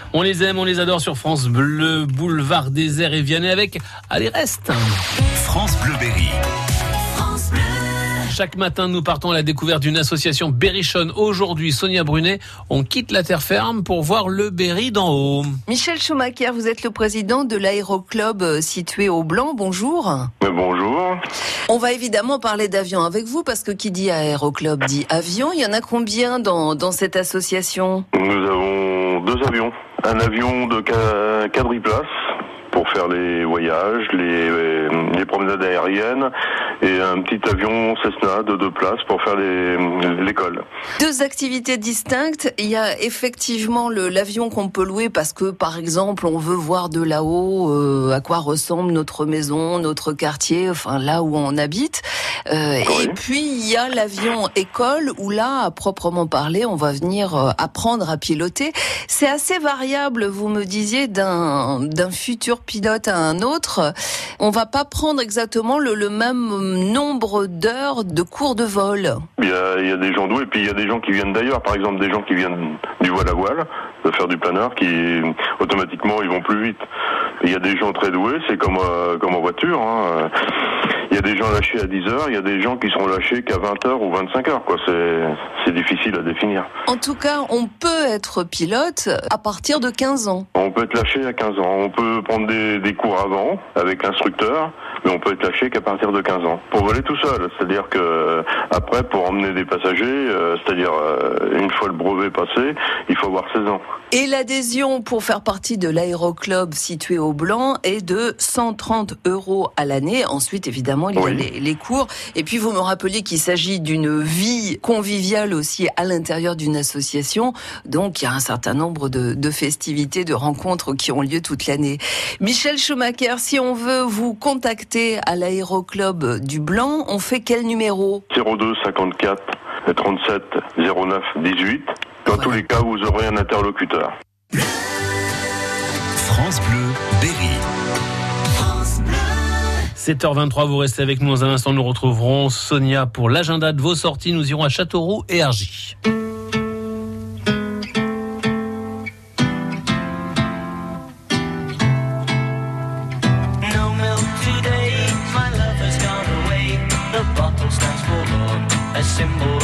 On les aime, on les adore sur France Bleu, boulevard désert et Vianney avec Allez reste. France Bleu Berry. Chaque matin, nous partons à la découverte d'une association berrichonne. Aujourd'hui, Sonia Brunet, on quitte la terre ferme pour voir le Berry d'en haut. Michel Schumacher, vous êtes le président de l'aéroclub situé au Blanc. Bonjour. Bonjour. On va évidemment parler d'avion avec vous parce que qui dit aéroclub dit avion. Il y en a combien dans cette association ? Nous avons 2 avions. Un avion de quadriplace pour faire les voyages, les promenades aériennes, et un petit avion Cessna de 2 places pour faire l'école. 2 activités distinctes. Il y a effectivement l'avion qu'on peut louer parce que, par exemple, on veut voir de là-haut à quoi ressemble notre maison, notre quartier, enfin là où on habite. Oui. Et puis, il y a l'avion école où là, à proprement parler, on va venir apprendre à piloter. C'est assez variable, vous me disiez, d'un futur pilote à un autre. On va pas prendre exactement le même nombre d'heures de cours de vol. Il y a des gens doués, et puis il y a des gens qui viennent d'ailleurs. Par exemple, des gens qui viennent du voile à voile, de faire du planeur, qui automatiquement ils vont plus vite. Et il y a des gens très doués, c'est comme en voiture. Il y a des gens lâchés à 10 heures, il y a des gens qui seront lâchés qu'à 20 heures ou 25 heures. C'est difficile à définir. En tout cas, on peut être pilote à partir de 15 ans. On peut être lâché à 15 ans. On peut prendre des cours avant avec l'instructeur, mais on peut être lâché qu'à partir de 15 ans. Pour voler tout seul, c'est-à-dire que après, pour emmener des passagers, c'est-à-dire une fois le brevet passé, il faut avoir 16 ans. Et l'adhésion pour faire partie de l'aéroclub situé au Blanc est de 130 € à l'année. Ensuite, évidemment, il y a les cours. Et puis, vous me rappeliez qu'il s'agit d'une vie conviviale aussi à l'intérieur d'une association. Donc, il y a un certain nombre de festivités, de rencontres qui ont lieu toute l'année. Michel Schumacher, si on veut vous contacter à l'aéroclub du Blanc, on fait quel numéro ? 02 54 37 09 18. Dans tous les cas, vous aurez un interlocuteur. France Bleu Berry. 7h23, vous restez avec nous dans un instant. Nous retrouverons Sonia pour l'agenda de vos sorties. Nous irons à Châteauroux et Argy. Symbol